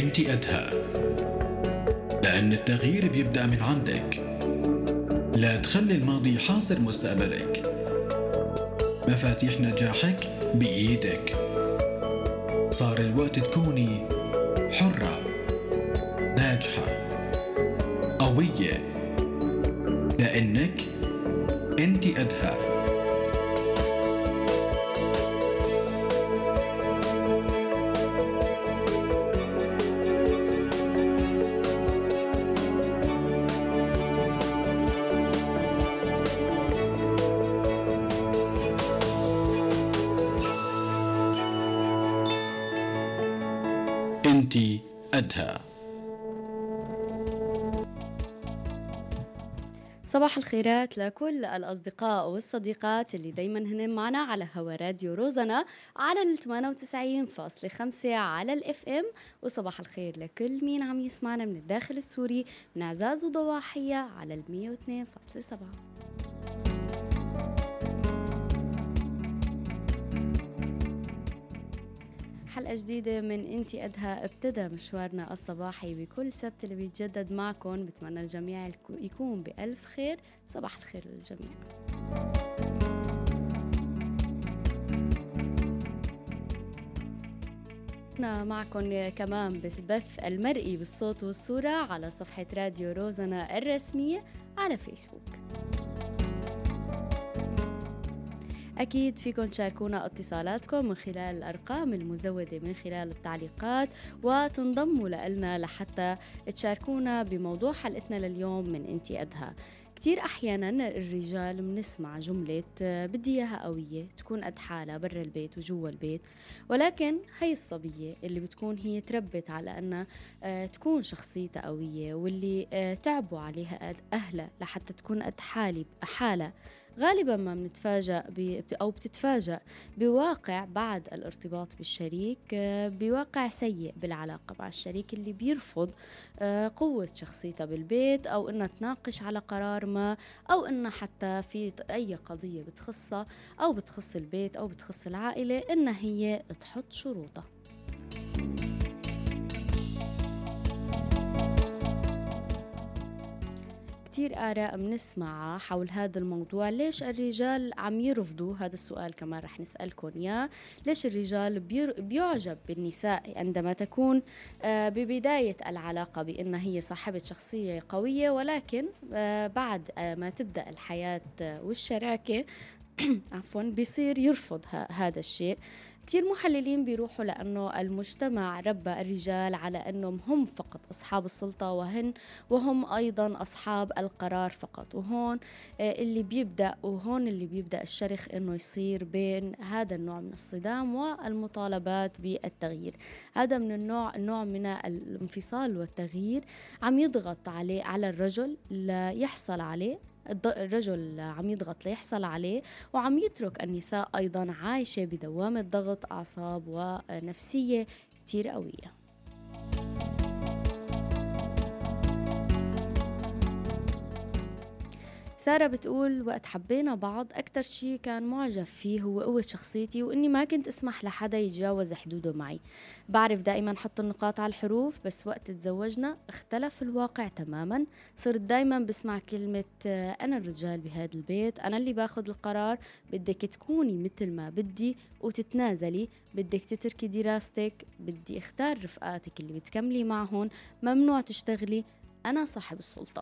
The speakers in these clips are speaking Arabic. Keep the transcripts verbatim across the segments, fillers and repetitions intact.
انت قدها، لأن التغيير بيبدأ من عندك. لا تخلي الماضي حاصر مستقبلك. مفاتيح نجاحك بإيدك. صار الوقت تكوني حرة، ناجحة، قوية، لأنك انت قدها. انت قدها. صباح الخيرات لكل الأصدقاء والصديقات اللي دايما هن معنا على هوا راديو روزانا على ال ثمانية وتسعين فاصلة خمسة على الاف ام. وصباح الخير لكل مين عم يسمعنا من الداخل السوري من عزاز وضواحية على ال مية واثنين فاصلة سبعة. حلقة جديدة من انتي قدها ابتدى مشوارنا الصباحي بكل سبت اللي بيتجدد معكم. بتمنى الجميع يكون بألف خير. صباح الخير للجميع. معكم كمان بالبث المرئي بالصوت والصورة على صفحة راديو روزانا الرسمية على فيسبوك. أكيد فيكم تشاركونا اتصالاتكم من خلال الأرقام المزودة من خلال التعليقات، وتنضموا لنا لحتى تشاركونا بموضوع حلقتنا لليوم من انتي قدها. كتير أحياناً الرجال بنسمع جملة بدي إياها قوية تكون قد حالها برا البيت وجوا البيت، ولكن هاي الصبية اللي بتكون هي تربت على أنها تكون شخصيتها قوية واللي تعبوا عليها أهلها لحتى تكون قد حالي حالها، غالباً ما بنتفاجأ أو بتتفاجأ بواقع بعد الارتباط بالشريك، بواقع سيء بالعلاقة مع الشريك اللي بيرفض قوة شخصيتها بالبيت، أو إنها تناقش على قرار ما، أو إنها حتى في أي قضية بتخصها أو بتخص البيت أو بتخص العائلة إنها هي تحط شروطها. كتير آراء بنسمعها حول هذا الموضوع. ليش الرجال عم يرفضوا؟ هذا السؤال كمان رح نسألكم يا ليش الرجال بيعجب بالنساء عندما تكون ببداية العلاقة بأنها هي صاحبة شخصية قوية، ولكن بعد ما تبدأ الحياة والشراكة عفوا بيصير يرفض هذا الشيء. كتير محللين بيروحوا لأنه المجتمع ربى الرجال على أنهم هم فقط أصحاب السلطة وهن وهم أيضا أصحاب القرار فقط، وهون اللي بيبدأ وهون اللي بيبدأ الشرخ أنه يصير بين هذا النوع من الصدام والمطالبات بالتغيير. هذا من النوع النوع من الانفصال والتغيير عم يضغط عليه على الرجل ليحصل عليه، الرجل عم يضغط ليحصل عليه، وعم يترك النساء أيضا عايشة بدوامة ضغط أعصاب ونفسية كتير قوية. سارة بتقول وقت حبينا بعض أكتر شي كان معجب فيه هو قوة شخصيتي، وإني ما كنت أسمح لحدا يتجاوز حدوده معي. بعرف دائما حط النقاط على الحروف، بس وقت تزوجنا اختلف الواقع تماما. صرت دائما بسمع كلمة أنا الرجال بهذا البيت، أنا اللي باخد القرار، بدك تكوني مثل ما بدي وتتنازلي، بدك تتركي دراستك، بدي اختار رفقاتك اللي بتكملي معهم، ممنوع تشتغلي، أنا صاحب السلطة.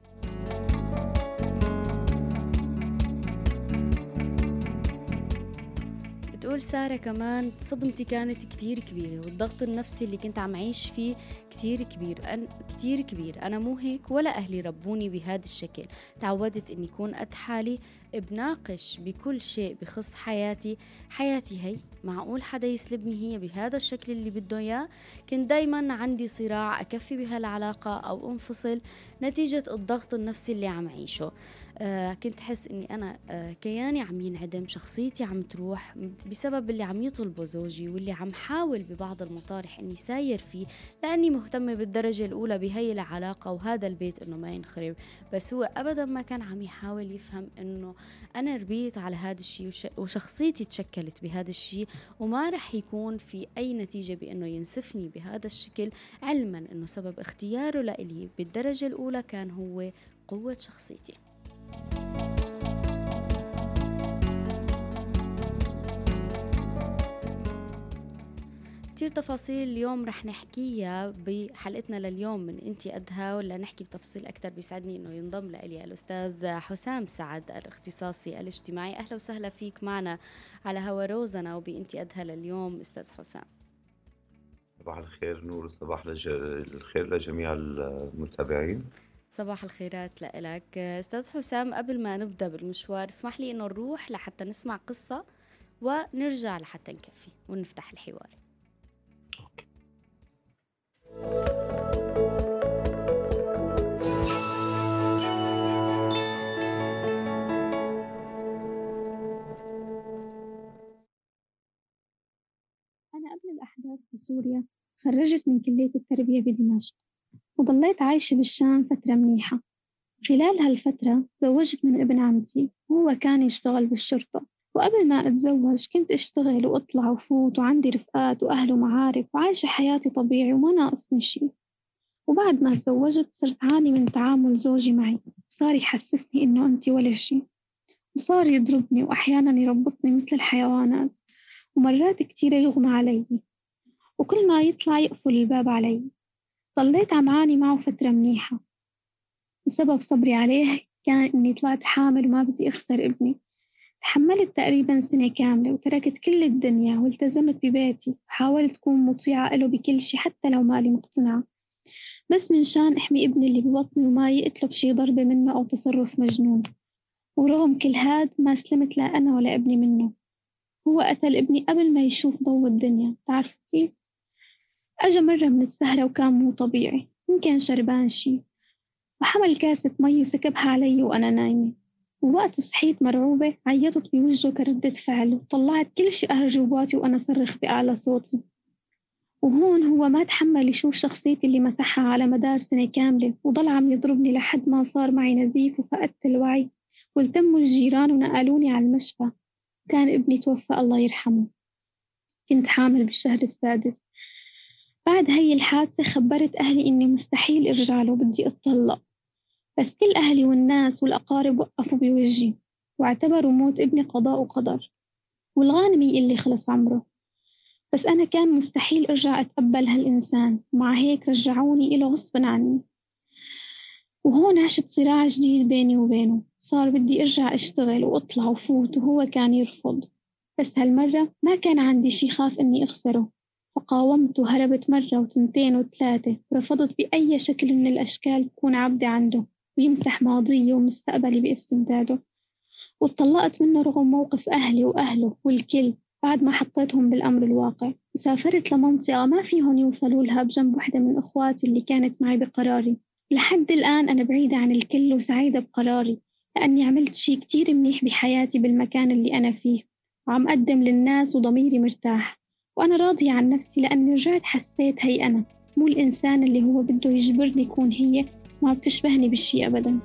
بتقول سارة كمان صدمتي كانت كتير كبيرة، والضغط النفسي اللي كنت عم عيش فيه كتير كبير أن كتير كبير. أنا مو هيك ولا أهلي ربوني بهذا الشكل. تعودت إني أكون قد حالي، بناقش بكل شيء بخص حياتي. حياتي هي معقول حدا يسلبني هي بهذا الشكل اللي بده إياه؟ كنت دايما عندي صراع أكفي بهالعلاقة أو انفصل نتيجة الضغط النفسي اللي عم عيشه. آه كنت حس إني أنا آه كياني عم ينعدم، شخصيتي عم تروح بسبب اللي عم يطلبه زوجي، واللي عم حاول ببعض المطارح إني ساير فيه، لأني مهتمة بالدرجة الأولى بهي العلاقة وهذا البيت إنه ما ينخرب. بس هو أبدا ما كان عم يحاول يفهم إنه أنا ربيت على هذا الشيء وشخصيتي تشكلت بهذا الشيء، وما رح يكون في أي نتيجة بأنه ينسفني بهذا الشكل، علما أنه سبب اختياره لإلي بالدرجة الأولى كان هو قوة شخصيتي. كتير تفاصيل اليوم رح نحكيها بحلقتنا لليوم من انتي أدهى، ولا نحكي بتفاصيل أكتر. بيسعدني إنه ينضم لي الأستاذ حسام سعد الاختصاصي الاجتماعي. أهلا وسهلا فيك معنا على هوا روزنا وبإنتي أدهى لليوم أستاذ حسام. صباح الخير نور، صباح لج... الخير لجميع المتابعين. صباح الخيرات لك أستاذ حسام. قبل ما نبدأ بالمشوار اسمح لي إنه نروح لحتى نسمع قصة ونرجع لحتى نكفي ونفتح الحوار. أوكي. أنا قبل الأحداث في سوريا خرجت من كلية التربية بدمشق وضليت عايشة بالشام فترة منيحة. خلال هالفترة تزوجت من ابن عمتي وهو كان يشتغل بالشرطة، وقبل ما أتزوج كنت أشتغل وأطلع وفوت وعندي رفقات وأهل ومعارف وعايشة حياتي طبيعي وما ناقصني شي. وبعد ما تزوجت صرت عاني من تعامل زوجي معي، صار يحسسني إنه أنتي ولا شي، وصار يضربني وأحيانا يربطني مثل الحيوانات، ومرات كتيرة يغمى علي، وكل ما يطلع يقفل الباب علي. ضليت عم عاني معه فترة منيحة، وسبب صبري عليه كان إني طلعت حامل وما بدي أخسر ابني. تحملت تقريبا سنة كاملة وتركت كل الدنيا والتزمت ببيتي وحاولت أكون مطيعة له بكل شي حتى لو مالي مقتنعة، بس من شان أحمي ابني اللي ببطني وما يقتله بشي ضربة منه أو تصرف مجنون. ورغم كل هاد ما سلمت لا أنا ولا ابني منه. هو قتل ابني قبل ما يشوف ضوء الدنيا. تعرف كيف؟ أجا مرة من السهرة وكان مو طبيعي، يمكن شربان شي، وحمل كاسة مي وسكبها علي وأنا نايمة. ووقت صحيت مرعوبة عيطت بوجهه كردة فعل وطلعت كل شي قهر جواتي وأنا صرخ بأعلى صوتي. وهون هو ما تحمل يشوف شخصيتي اللي مسحها على مدار سنة كاملة، وضل عم يضربني لحد ما صار معي نزيف وفقدت الوعي، والتموا الجيران ونقلوني على المشفى. كان ابني توفى الله يرحمه، كنت حامل بالشهر السادس. بعد هاي الحادثة خبرت أهلي إني مستحيل أرجع له، بدي أتطلق، بس كل أهلي والناس والأقارب وقفوا بوجهي واعتبروا موت ابني قضاء وقدر، والغانم اللي خلص عمره. بس أنا كان مستحيل أرجع أتقبل هالإنسان، ومع هيك رجعوني إله غصبا عني. وهون عشت صراع جديد بيني وبينه، صار بدي أرجع أشتغل وأطلع وفوت وهو كان يرفض. بس هالمرة ما كان عندي شي خاف إني أخسره، فقاومت وهربت مرة وتنتين وثلاثة، ورفضت بأي شكل من الأشكال تكون عبدة عنده ويمسح ماضي ومستقبلي باستمداده. واتطلقت منه رغم موقف أهلي وأهله والكل، بعد ما حطيتهم بالأمر الواقع. وسافرت لمنطقة ما فيهم يوصلوا لها بجنب وحدة من أخواتي اللي كانت معي بقراري. لحد الآن أنا بعيدة عن الكل وسعيدة بقراري، لأني عملت شي كتير منيح بحياتي بالمكان اللي أنا فيه، وعم أقدم للناس وضميري مرتاح، وأنا راضية عن نفسي لأني رجعت حسيت هي أنا، مو الإنسان اللي هو بده يجبرني يكون هي، ما بتشبهني بالشي أبداً.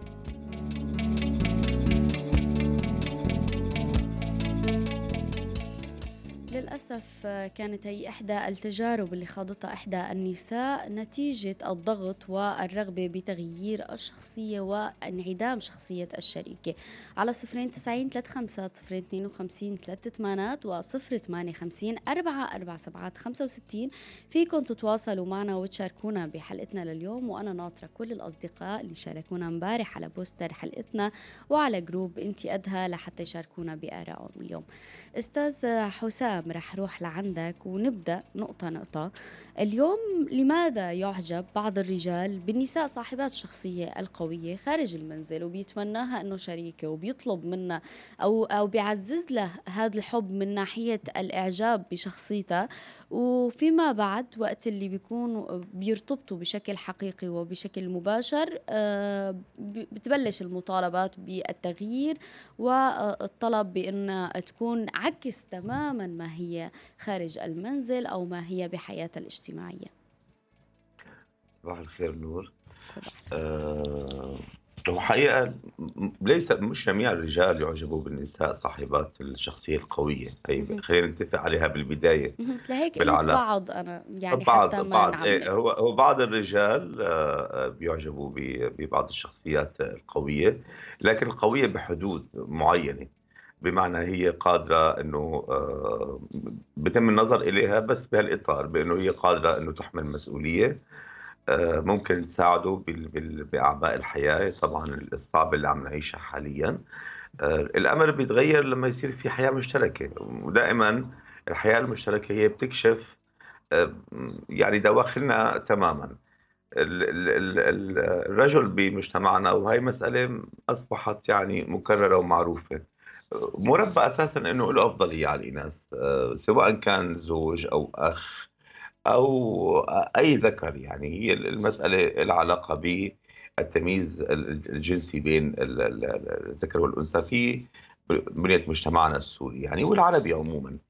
للأسف كانت هي إحدى التجارب اللي خاضتها إحدى النساء نتيجة الضغط والرغبة بتغيير الشخصية وانعدام شخصية الشريكة. على صفرين تسعين ثلاثة خمسة صفرين اثنين وخمسين ثلاثة ثمانات وصفر ثمانية خمسين أربعة أربعة سبعات خمسة وستين فيكم تتواصلوا معنا وتشاركونا بحلقتنا لليوم. وأنا ناطرة كل الأصدقاء اللي شاركونا مبارح على بوستر حلقتنا وعلى جروب انتي أدهى لحتى يشاركونا بآرائهم اليوم. أستاذ حسام رح روح لعندك ونبدأ نقطة نقطة. اليوم لماذا يعجب بعض الرجال بالنساء صاحبات الشخصية القوية خارج المنزل وبيتمناها أنه شريكه وبيطلب منها أو, أو بيعزز له هذا الحب من ناحية الإعجاب بشخصيته، وفيما بعد وقت اللي بيكونوا بيرتبطوا بشكل حقيقي وبشكل مباشر بتبلش المطالبات بالتغيير والطلب بأن تكون عكس تماما ما هي خارج المنزل أو ما هي بحياتها الاجتماعية. صباح الخير نور. صباح آه هو حقيقة م- ليس مش جميع الرجال يعجبوا بالنساء صاحبات الشخصية القوية، هي مهم. خلينا نتفق عليها بالبداية مهم. لهيك قلت بالعلاقة. بعض أنا يعني حتى بعض ما بعض إيه، نعمم. هو هو بعض الرجال آه، آه، بيعجبوا ب- ببعض الشخصيات القوية، لكن القوية بحدود معينة. بمعنى هي قادرة انه آه، بتم النظر اليها بس بهالاطار، بانه هي قادرة انه تحمل مسؤولية، آه، ممكن تساعده بال- بال- باعباء الحياة طبعا الصعبة اللي عم نعيشها حاليا. آه، الامر بيتغير لما يصير في حياة مشتركة، ودائما الحياة المشتركة هي بتكشف آه، يعني دواخلنا تماما. ال- ال- ال- ال- الرجل بمجتمعنا، وهي مسألة أصبحت يعني مكررة ومعروفة، مربى أساسا أنه له أفضلية على الإناث، آه، سواء كان زوج أو أخ أو أي ذكر. يعني هي المسألة لها علاقة بالتمييز الجنسي بين ال- ال- الذكر والأنثى في بنية مجتمعنا السوري يعني والعربي عموما.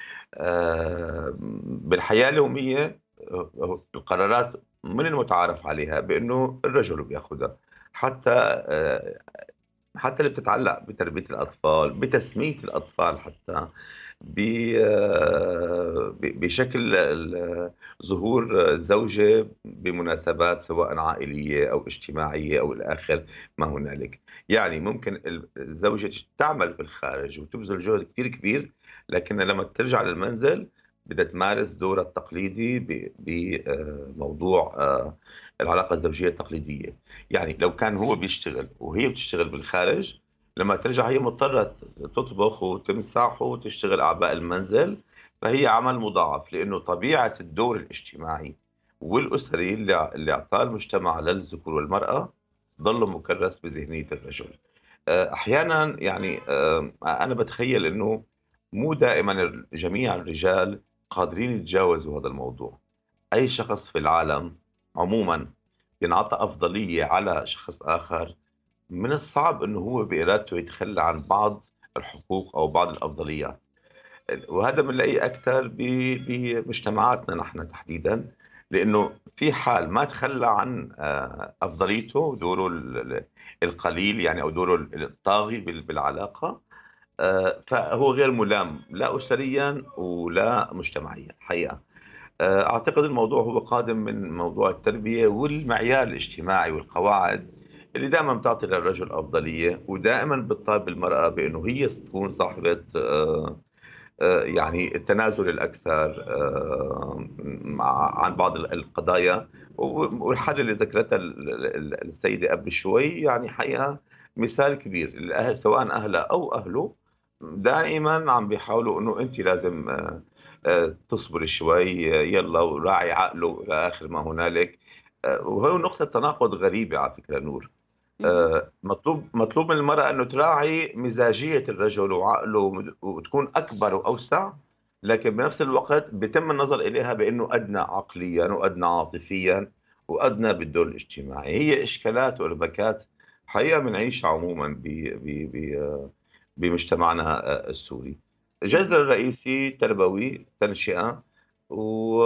آه، بالحياة اليومية آه، القرارات من المتعارف عليها بأنه الرجل بياخذها، حتى آه، حتى اللي بتتعلق بتربية الأطفال، بتسمية الأطفال، حتى ب- آه، ب- بشكل ال- ظهور الزوجة بمناسبات سواء عائلية أو اجتماعية أو الآخر ما هنالك. يعني ممكن الزوجة تعمل في الخارج وتبذل جهد كتير كبير، لكن لما ترجع للمنزل بدها تمارس دورها التقليدي ب- بموضوع آه، العلاقة الزوجية التقليدية. يعني لو كان هو بيشتغل وهي بتشتغل بالخارج، لما ترجع هي مضطرة تطبخ وتمسح وتشتغل أعباء المنزل، فهي عمل مضاعف، لأنه طبيعة الدور الاجتماعي والأسري اللي اللي أعطاه المجتمع للذكور والمرأة ظل مكرس بذهنية الرجل. آه، أحيانا يعني آه، أنا بتخيل أنه مو دائما جميع الرجال قادرين يتجاوزوا هذا الموضوع. أي شخص في العالم عموما ينعطى أفضلية على شخص آخر، من الصعب انه هو بارادته يتخلى عن بعض الحقوق او بعض الافضليات. وهذا بنلاقيه اكثر ب- بمجتمعاتنا نحن تحديدا، لانه في حال ما تخلى عن آه، افضليته ودوره ال- ال- القليل يعني او دوره الطاغي بال- بالعلاقه، آه، فهو غير ملام لا اسريا ولا مجتمعيا حقيقه. آه، اعتقد الموضوع هو قادم من موضوع التربيه والمعيار الاجتماعي والقواعد اللي دائما بتعطي للرجل افضليه، ودائما بتطالب المراه بانه هي تكون صاحبه آه، آه، يعني التنازل الاكثر آه، مع- عن بعض القضايا. والحاله اللي ذكرتها ال- ال- السيده قبل شوي يعني حقيقه مثال كبير. الاهل سواء اهلها او اهله دائما عم بيحاولوا انه انت لازم آه، آه، تصبر شوي، آه، يلا وراعي عقله الى اخر ما هنالك. آه، وهو نقطة تناقض غريبة على فكرة نور. مهم. آه، مطلوب مطلوب من المرأة أنه تراعي مزاجية الرجل وعقله ومد- وتكون أكبر وأوسع، لكن بنفس الوقت بيتم النظر إليها بأنه أدنى عقليا وأدنى عاطفيا وأدنى بالدور الاجتماعي. هي إشكالات وإرباكات حقيقة بنعيشها عموما ب- ب- ب- بمجتمعنا آه، السوري. مهم. الجذر الرئيسي تربوي تنشئة و...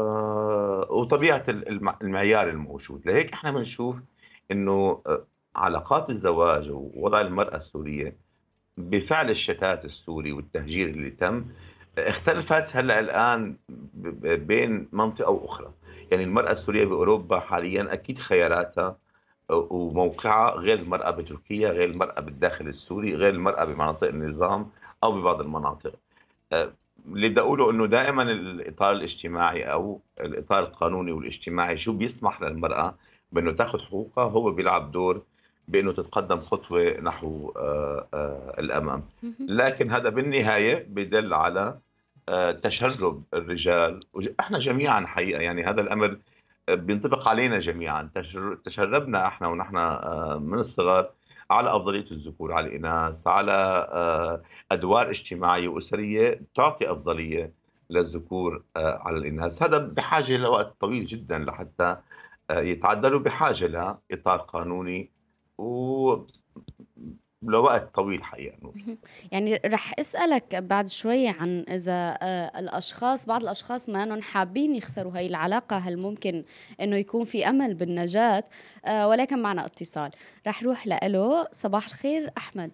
وطبيعة الم- المعيار الموجود. لهيك احنا بنشوف انه علاقات الزواج ووضع المرأة السورية بفعل الشتات السوري والتهجير اللي تم اختلفت هلا الآن ب- بين منطقة وأخرى. يعني المرأة السورية بأوروبا حاليا أكيد خياراتها وموقعها غير المرأة بتركيا، غير المرأة بالداخل السوري، غير المرأة بمناطق النظام أو ببعض المناطق. آه، اللي بدي أقوله إنه دائما الإطار الاجتماعي أو الإطار القانوني والاجتماعي شو بيسمح للمرأة بأنه تاخذ حقوقها هو بيلعب دور بأنه تتقدم خطوة نحو آه، آه، الأمام. مهم. لكن هذا بالنهاية بدل على آه، تشرب الرجال، واحنا جميعا حقيقة يعني هذا الأمر آه، بينطبق علينا جميعا. تشر- تشربنا احنا ونحن آه، من الصغر على أفضلية الذكور على الإناث، على آه، أدوار اجتماعية وأسرية تعطي أفضلية للذكور آه، على الإناث. هذا بحاجة لوقت طويل جدا لحتى آه، يتعدلوا، بحاجة لإطار قانوني و لوقت طويل حقيقة نور. مهم. يعني رح أسألك بعد شوي عن إذا آه، الأشخاص بعض الأشخاص ما أنهم حابين يخسروا هاي العلاقة، هل ممكن أنه يكون في أمل بالنجاة؟ آه، ولكن معنا اتصال، رح روح لألو. صباح الخير أحمد.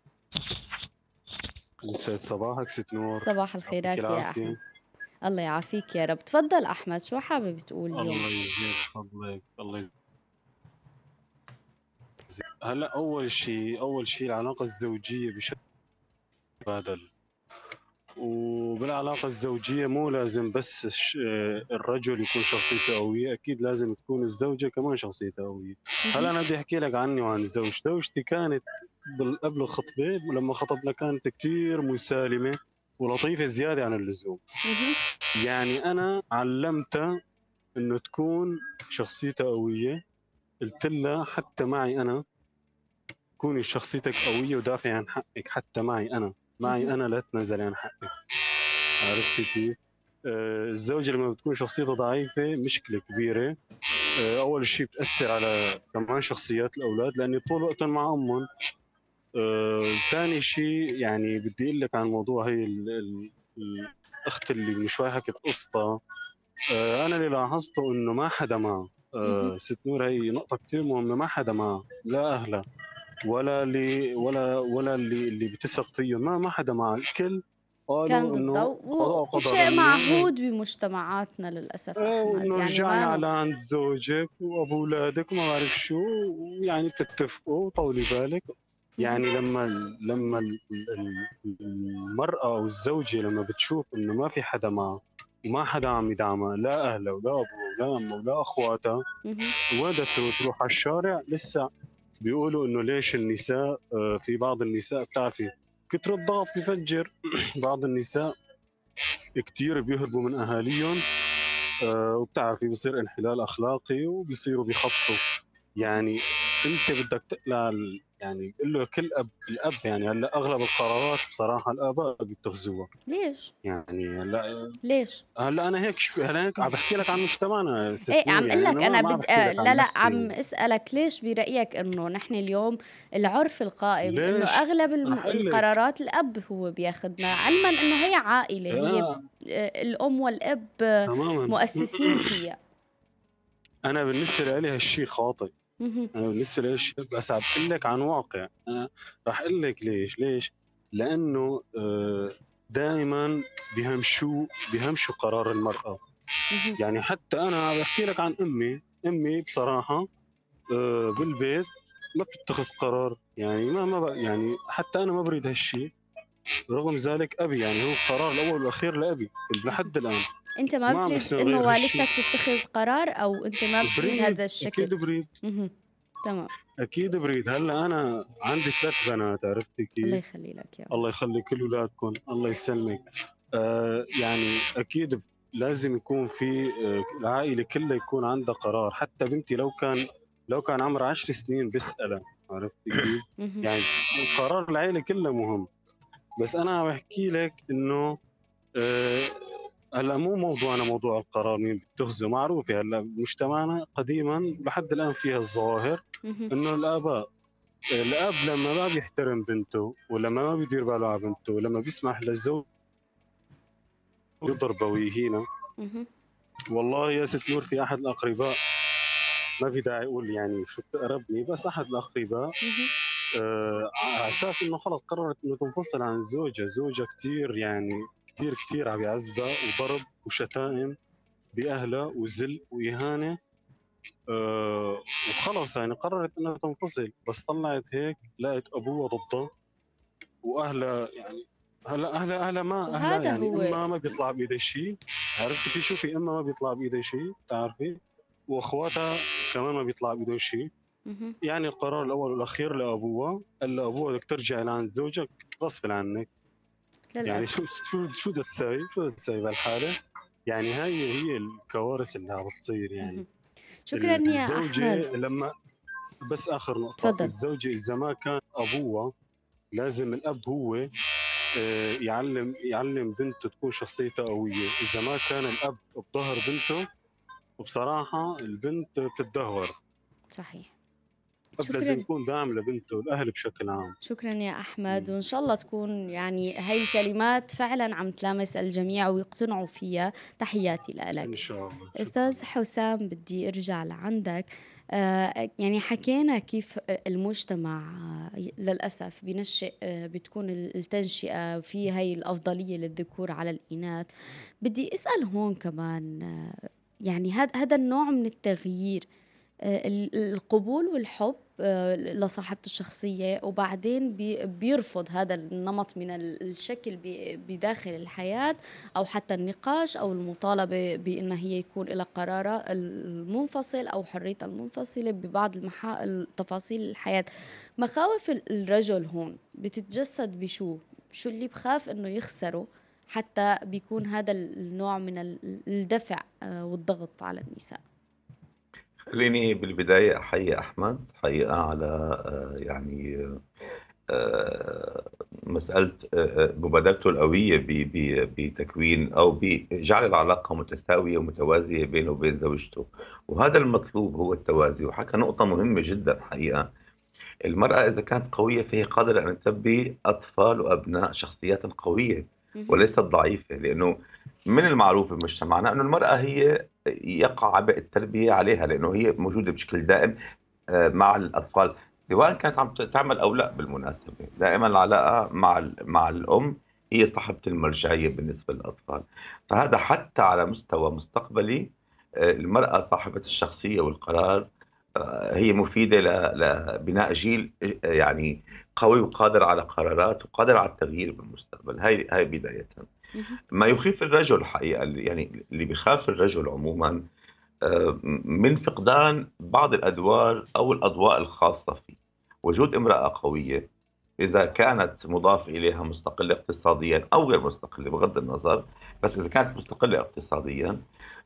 يسعد صباحك ست نور. صباح يعطيك الخيرات يا العافية. أحمد. الله يعافيك يا رب. تفضل أحمد، شو حابب تقول الله اليوم؟ يجزيك فضلك. الله يجزيك. هلا أول شيء أول شيء العلاقة الزوجية بشكل متبادل، وبالعلاقة الزوجية مو لازم بس الش- الرجل يكون شخصيته قوية، أكيد لازم تكون الزوجة كمان شخصيتها قوية. هلا أنا بدي أحكي لك عني وعن الزوج. زوجتي كانت بال- قبل الخطبة لما خطبنا كانت كتير مسالمة ولطيفة زيادة عن اللزوم. مهم. يعني أنا علمتها إنه تكون شخصيتها قوية. قلت لها حتى معي أنا كوني شخصيتك قوية ودافعي عن حقك، حتى معي أنا معي مهم. أنا لا تنازلي عن حقك. عرفتي كيف؟ آه، الزوجة لما بتكون شخصيتها ضعيفة مشكلة كبيرة. آه، أول شيء بتأثر على كمان شخصيات الأولاد لأني طول وقتهم مع أمهم. آه، ثاني شيء يعني بدي أقول لك عن موضوع هي ال- ال- الأخت اللي من شوي حكت قصتها. آه، أنا اللي لاحظته إنه ما حدا معه. مهم. آه، ست نور هي نقطة كتير مهمة، ما حدا معه، لا أهلها ولا اللي ولا ولا اللي اللي بتثق فيه، ما ما حدا معه، الكل كان قالوا ضده إنه و- قضاء قدر وشيء إنه معهود بمجتمعاتنا للأسف إيه، أحمد، وإنه يعني رجعي ما على نو... عند زوجك وأبو أولادك وما بعرف شو، ويعني بتتفقوا طولي بالك. مهم. يعني لما لما ال- ال- المرأة أو الزوجة لما بتشوف إنه ما في حدا معها وما حدا عم يدعمها، لا أهلها ولا أبوها ولا أمها ولا أخواتها، مهم. وين تروح على الشارع؟ لسه بيقولوا إنه ليش النساء، آه، في بعض النساء بتعرفي كتر الضغط بفجر. بعض النساء كتير بيهربوا من أهاليهم، آه، وبتعرفي بصير انحلال أخلاقي وبيصيروا بيخبصوا. يعني انت بدك تقلع ال- يعني بقول له كل اب الاب يعني هلا اغلب القرارات بصراحه الاباء بيتخذوها. ليش؟ يعني هلا ليش؟ هلا انا هيك شو هلا هيك عم بحكي لك عن مجتمعنا ست ايه نور، عم يعني اقول انا لك ما انا ما عم بد... بحكي آه لك عن لا لا عم نفسي. اسالك ليش برايك انه نحن اليوم العرف القائم انه ليش؟ اغلب الم... رح اقول لك. القرارات الاب هو بياخذنا، علما انه هي عائله، هي آه آه، الام والاب آه، تماما. مؤسسين فيها. انا بالنسبه لي هالشيء خاطئ. مهم. انا بالنسبه لي هالشيء، بس عم بقول لك عن واقع. انا رح اقول لك ليش ليش لانه دائما بيهمشوا بيهمشوا قرار المراه. مهم. يعني حتى انا عم بحكي لك عن امي امي بصراحه آه، بالبيت ما بتتخذ قرار. يعني ما ما ب- يعني حتى انا ما بريد هالشيء، رغم ذلك ابي يعني هو القرار الاول والاخير لابي لحد الان. انت ما ما عم بتريد بس انه نغير هالشيء. والدتك تتخذ قرار، او انت ما بتريد بريد هذا الشكل؟ اكيد بريد. مهم. تمام. اكيد بريد. هلا انا عندي ثلاث بنات، عرفتي الله كيف؟ يخلي لك يا رب. الله يخلي كل اولادكم، الله يسلمك. آه يعني اكيد لازم يكون في آه العائله كلها يكون عندها قرار. حتى بنتي لو كان لو كان عمرها عشر سنين بسألها، عرفتي كيف؟ مهم. يعني قرار العائله كلها مهم. بس انا عم بحكي لك انه آه، هلا مو موضوعنا موضوع القرار مين بتخزه، معروفه هلا بمجتمعنا قديما لحد الان فيها الظواهر مهم. انه الاباء الاب لما ما بيحترم بنته ولما ما بيدير باله على بنته ولما بيسمح للزوج يضربه ويهينه. مهم. والله يا ست نور في احد الاقرباء، ما في داعي اقول يعني شو بتقربني، بس احد الاقرباء مهم. آه، على اساس انه خلص قررت انه تنفصل عن زوجها. زوجها كثير يعني كثير كثير عم يعذبها وضرب وشتائم باهلها وذل واهانه. أه وخلص يعني قررت انها تنفصل، بس طلعت هيك لقيت ابوها ضدها واهلها. يعني هلا اهلها اهلها ما اهلها وهذا يعني هو. امها ما بيطلع بايدها شيء. عرفتي في شو؟ في امها ما بيطلع بايدها شيء بتعرفي، واخواتها كمان ما بيطلع بايدهم شيء. مهم. يعني القرار الاول والاخير لابوها. قال لابوها بدك ترجعي لعند زوجك غصب عنك. يعني للأسف. شو شو شو بدها تسوي؟ شو بدها تسوي بهالحاله؟ يعني هاي هي الكوارث اللي عم بتصير. يعني مهم. شكرا يا الزوجه أحمد. لما بس اخر نقطه، تفضل. الزوجه اذا ما كان ابوها لازم الاب هو آه، يعلم يعلم بنته تكون شخصيتها قويه. اذا ما كان الاب بظهر بنته وبصراحه البنت بتتدهور. صحيح. الأب لازم يكون داعم لبنته، الأهل بشكل عام. شكرا يا أحمد، مم. وإن شاء الله تكون يعني هاي الكلمات فعلا عم تلامس الجميع ويقتنعوا فيها. تحياتي لك إن شاء الله. أستاذ حسام. بدي أرجع لعندك. آه يعني حكينا كيف المجتمع آه للأسف بنشئ آه بتكون التنشئة في هاي الأفضلية للذكور على الإناث. بدي أسأل هون كمان آه يعني هذا النوع من التغيير، القبول والحب لصاحبة الشخصية، وبعدين بيرفض هذا النمط من الشكل بداخل الحياة، أو حتى النقاش أو المطالبة بأن هي يكون لها قرارها المنفصل أو حريتها المنفصلة ببعض المحا... التفاصيل الحياة. مخاوف الرجل هون بتتجسد بشو؟ شو اللي بخاف أنه يخسره حتى بيكون هذا النوع من الدفع والضغط على النساء؟ خليني بالبداية أحيي أحمد حقيقة على آه، يعني آه، مسألة آه، مبادرته القوية ب- ب- بتكوين أو بجعل العلاقة متساوية ومتوازية بينه وبين زوجته، وهذا المطلوب هو التوازي. وحكى نقطة مهمة جدا حقيقة، المرأة إذا كانت قوية فهي قادرة أن تربي أطفال وأبناء شخصيات قوية وليست ضعيفة، لأنه من المعروف بمجتمعنا أن المرأة هي يقع عبء التربية عليها، لأنه هي موجودة بشكل دائم آه، مع الأطفال، سواء كانت عم تعمل أو لا. بالمناسبة دائما العلاقة مع ال- مع الأم هي صاحبة المرجعية بالنسبة للأطفال، فهذا حتى على مستوى مستقبلي آه، المرأة صاحبة الشخصية والقرار آه، هي مفيدة ل- لبناء جيل آه، يعني قوي وقادر على قرارات وقادر على التغيير بالمستقبل. هاي هاي بداية. ما يخيف الرجل الحقيقة، اللي- يعني اللي بيخاف الرجل عموما آه، من فقدان بعض الأدوار أو الأضواء الخاصة فيه. وجود امرأة قوية إذا كانت مضاف إليها مستقلة اقتصاديا أو غير مستقلة بغض النظر، بس إذا كانت مستقلة اقتصاديا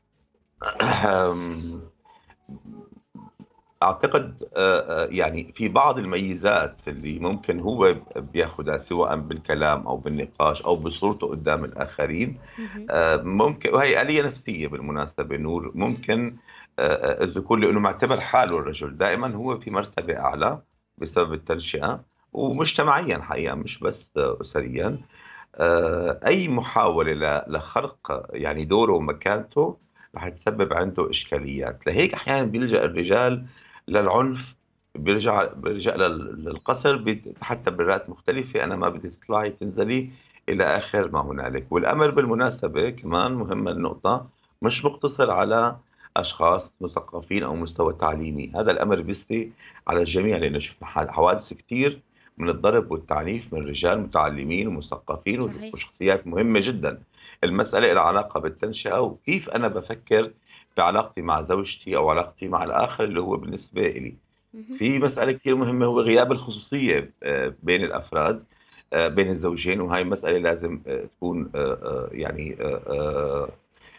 اعتقد آه، آه، يعني في بعض الميزات اللي ممكن هو بياخدها سواء بالكلام او بالنقاش او بصورته قدام الاخرين. آه، ممكن، وهي آلية نفسية بالمناسبة نور، ممكن آه، آه، الذكور لانه معتبر حاله الرجل دائما هو في مرتبة اعلى بسبب التنشئة ومجتمعيا حقيقة مش بس آه، اسريا. آه، اي محاولة ل- لخرق يعني دوره ومكانته رح تسبب عنده اشكاليات. لهيك احيانا بيلجأ الرجال للعنف، بيرجع بيرجع لل- للقصر بت- تحت تبريرات مختلفة، أنا ما بدي تطلعي تنزلي إلى آخر ما هنالك. والأمر بالمناسبة كمان مهمة النقطة، مش مقتصر على أشخاص مثقفين أو مستوى تعليمي، هذا الأمر بيسري على الجميع، لأنه شفنا ح- حوادث كتير من الضرب والتعنيف من رجال متعلمين ومثقفين صحيح. وشخصيات مهمة جدا. المسألة لها علاقة بالتنشئة وكيف أنا بفكر بعلاقتي مع زوجتي أو علاقتي مع الآخر اللي هو بالنسبة إلي. في مسألة كثير مهمة هو غياب الخصوصية آه، بين الأفراد آه، بين الزوجين، وهي مسألة لازم آه، تكون آه، آه، يعني آه، آه،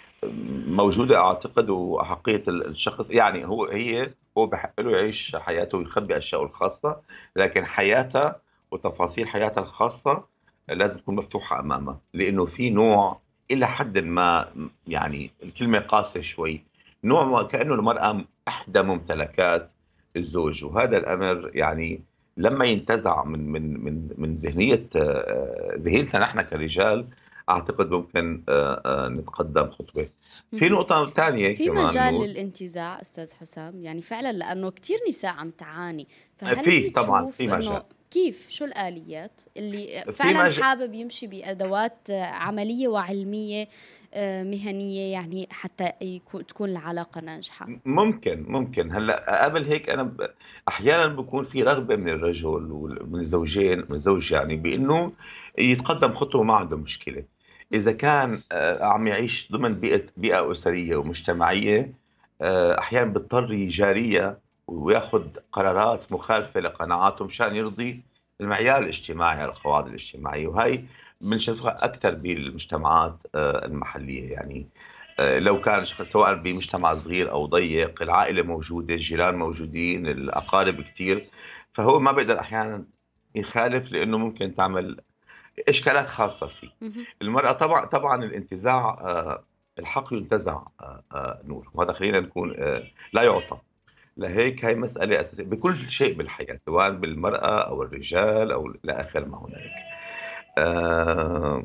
موجودة أعتقد، وأحقية الشخص يعني هو هي هو بحق له يعيش حياته ويخبي أشياءه الخاصة، لكن حياته وتفاصيل حياته الخاصة لازم تكون مفتوحة أمامه، لأنه في نوع إلى حد ما، يعني الكلمة قاسية شوي، نوع ما كأنه المرأة إحدى ممتلكات الزوج، وهذا الأمر يعني لما ينتزع من من من من ذهنية آه، ذهنيتنا نحن كرجال، أعتقد ممكن آه، آه، نتقدم خطوة. في نقطة ثانية في كمان مجال نور، للانتزاع أستاذ حسام، يعني فعلا لأنه كتير نساء عم تعاني، فهل في طبعا بتشوف في مجال، أنه كيف شو الآليات اللي في فعلا مجال حابب يمشي بأدوات عملية وعلمية آه، مهنية، يعني حتى يكون تكون العلاقة ناجحة؟ ممكن ممكن هلا قبل هيك انا ب... احيانا بكون في رغبه من الرجل ومن الزوجين من الزوج يعني بانه يتقدم خطوه ما عنده مشكله، اذا كان آه، عم يعيش ضمن بيئه بيئه اسريه ومجتمعيه آه، احيانا بيضطر يجاريها وياخذ قرارات مخالفه لقناعاته مشان يرضي المعيار الاجتماعي على القواعد الاجتماعيه، وهي بنشوفها اكثر بالمجتمعات آه، المحليه. يعني آه، لو كان شخص- سواء بمجتمع صغير او ضيق، العائله موجوده، الجيران موجودين، الاقارب كثير، فهو ما بيقدر احيانا يخالف لانه ممكن تعمل اشكالات خاصه فيه. مهم. المراه طبعا طبعا الانتزاع آه، الحق ينتزع آه، آه، نور، وهذا خلينا نكون آه، لا يعطى، لهيك هاي مسألة أساسية بكل شيء بالحياة، سواء بالمرأة أو الرجال أو إلى آخر ما هنالك. آه،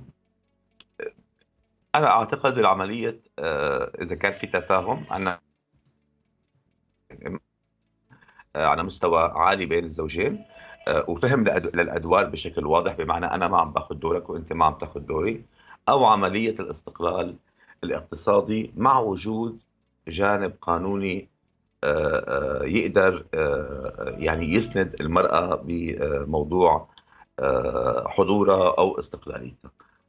أنا أعتقد العملية آه، إذا كان في تفاهم عنا آه، على مستوى عالي بين الزوجين، آه، وفهم لأد- للأدوار بشكل واضح، بمعنى أنا ما عم باخذ دورك وأنت ما عم تاخذ دوري، أو عملية الاستقلال الاقتصادي مع وجود جانب قانوني آه، آه، يقدر آه، يعني يسند المرأة بموضوع آه، حضورها أو استقلاليتها.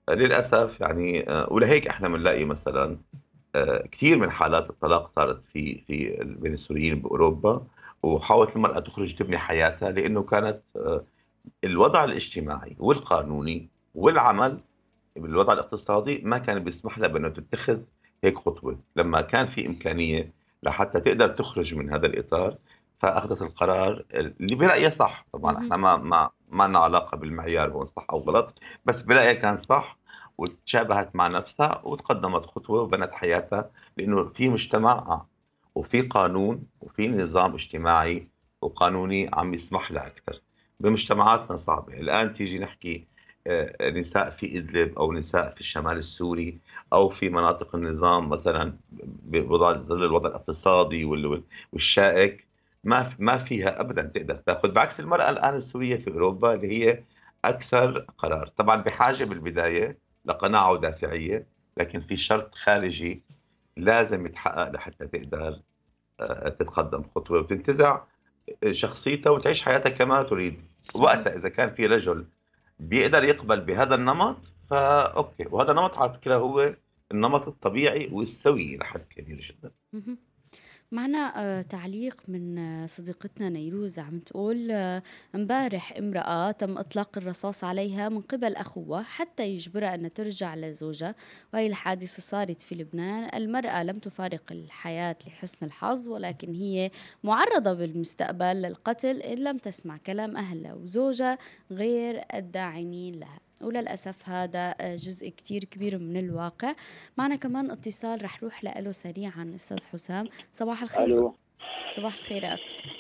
للأسف يعني آه، ولهيك احنا بنلاقي مثلا آه، كثير من حالات الطلاق صارت في في بين السوريين بأوروبا، وحاولت المرأة تخرج تبني حياتها لأنه كانت آه، الوضع الاجتماعي والقانوني والعمل بالوضع الاقتصادي ما كان بيسمح لها بأنه تتخذ هيك خطوة. لما كان في إمكانية لحتى تقدر تخرج من هذا الإطار، فأخذت القرار اللي برأيها صح. طبعا مهم. احنا ما ما ما لنا علاقة بالمعيار هو صح أو غلط، بس برأيها كان صح، وتشابهت مع نفسها وتقدمت خطوة وبنت حياتها، لأنه في مجتمع وفي قانون وفي نظام اجتماعي وقانوني عم يسمح لها أكثر. بمجتمعاتنا صعبة الآن تيجي نحكي آه، نساء في إدلب أو نساء في الشمال السوري أو في مناطق النظام مثلا بوضع ظل الوضع الاقتصادي وال- والشائك، ما ما فيها أبدا تقدر تأخذ، بعكس المرأة الآن السورية في أوروبا اللي هي أكثر قرار، طبعا بحاجة بالبداية لقناعة ودافعية، لكن في شرط خارجي لازم يتحقق لحتى تقدر آه، تتقدم خطوة وتنتزع شخصيتها وتعيش حياتها كما تريد. مهم. وقتها إذا كان في رجل بيقدر يقبل بهذا النمط فأوكي، وهذا النمط على فكرة هو النمط الطبيعي والسوي لحد كبير جدا. مهم. معنا آه، تعليق من آه، صديقتنا نيروز عم تقول آه، امبارح امرأة تم إطلاق الرصاص عليها من قبل أخوها حتى يجبرها أن ترجع لزوجها، وهي الحادثة صارت في لبنان. المرأة لم تفارق الحياة لحسن الحظ، ولكن هي معرضة بالمستقبل للقتل إن لم تسمع كلام أهلها وزوجها غير الداعمين لها. وللأسف هذا آه، جزء كتير كبير من الواقع. معنا كمان اتصال رح روح له سريعا. أستاذ حسام، صباح الخير. الو، صباح الخيرات.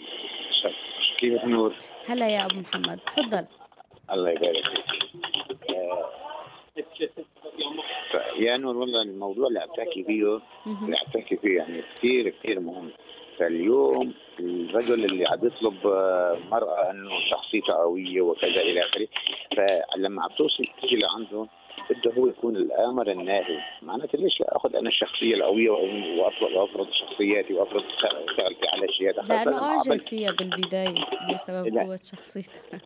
كيف نور؟ هلا يا أبو محمد، تفضل. الله يبارك فيك. آه، يا نور، والله الموضوع اللي عم تحكي فيه مهم. اللي عم تحكي فيه يعني كثير كثير مهم. فاليوم الرجل اللي عم يطلب آه، مرأة انه شخصيته قوية وكذا الى اخره، فلما عم توصل تيجي لعنده بده هو يكون الامر الناهي. معناته ليش لا اخذ انا الشخصيه القويه وافرض وافرض شخصياتي وافرض سالتي على اشياء لأنه أعجب فيها بالبداية بسبب قوة شخصيتها.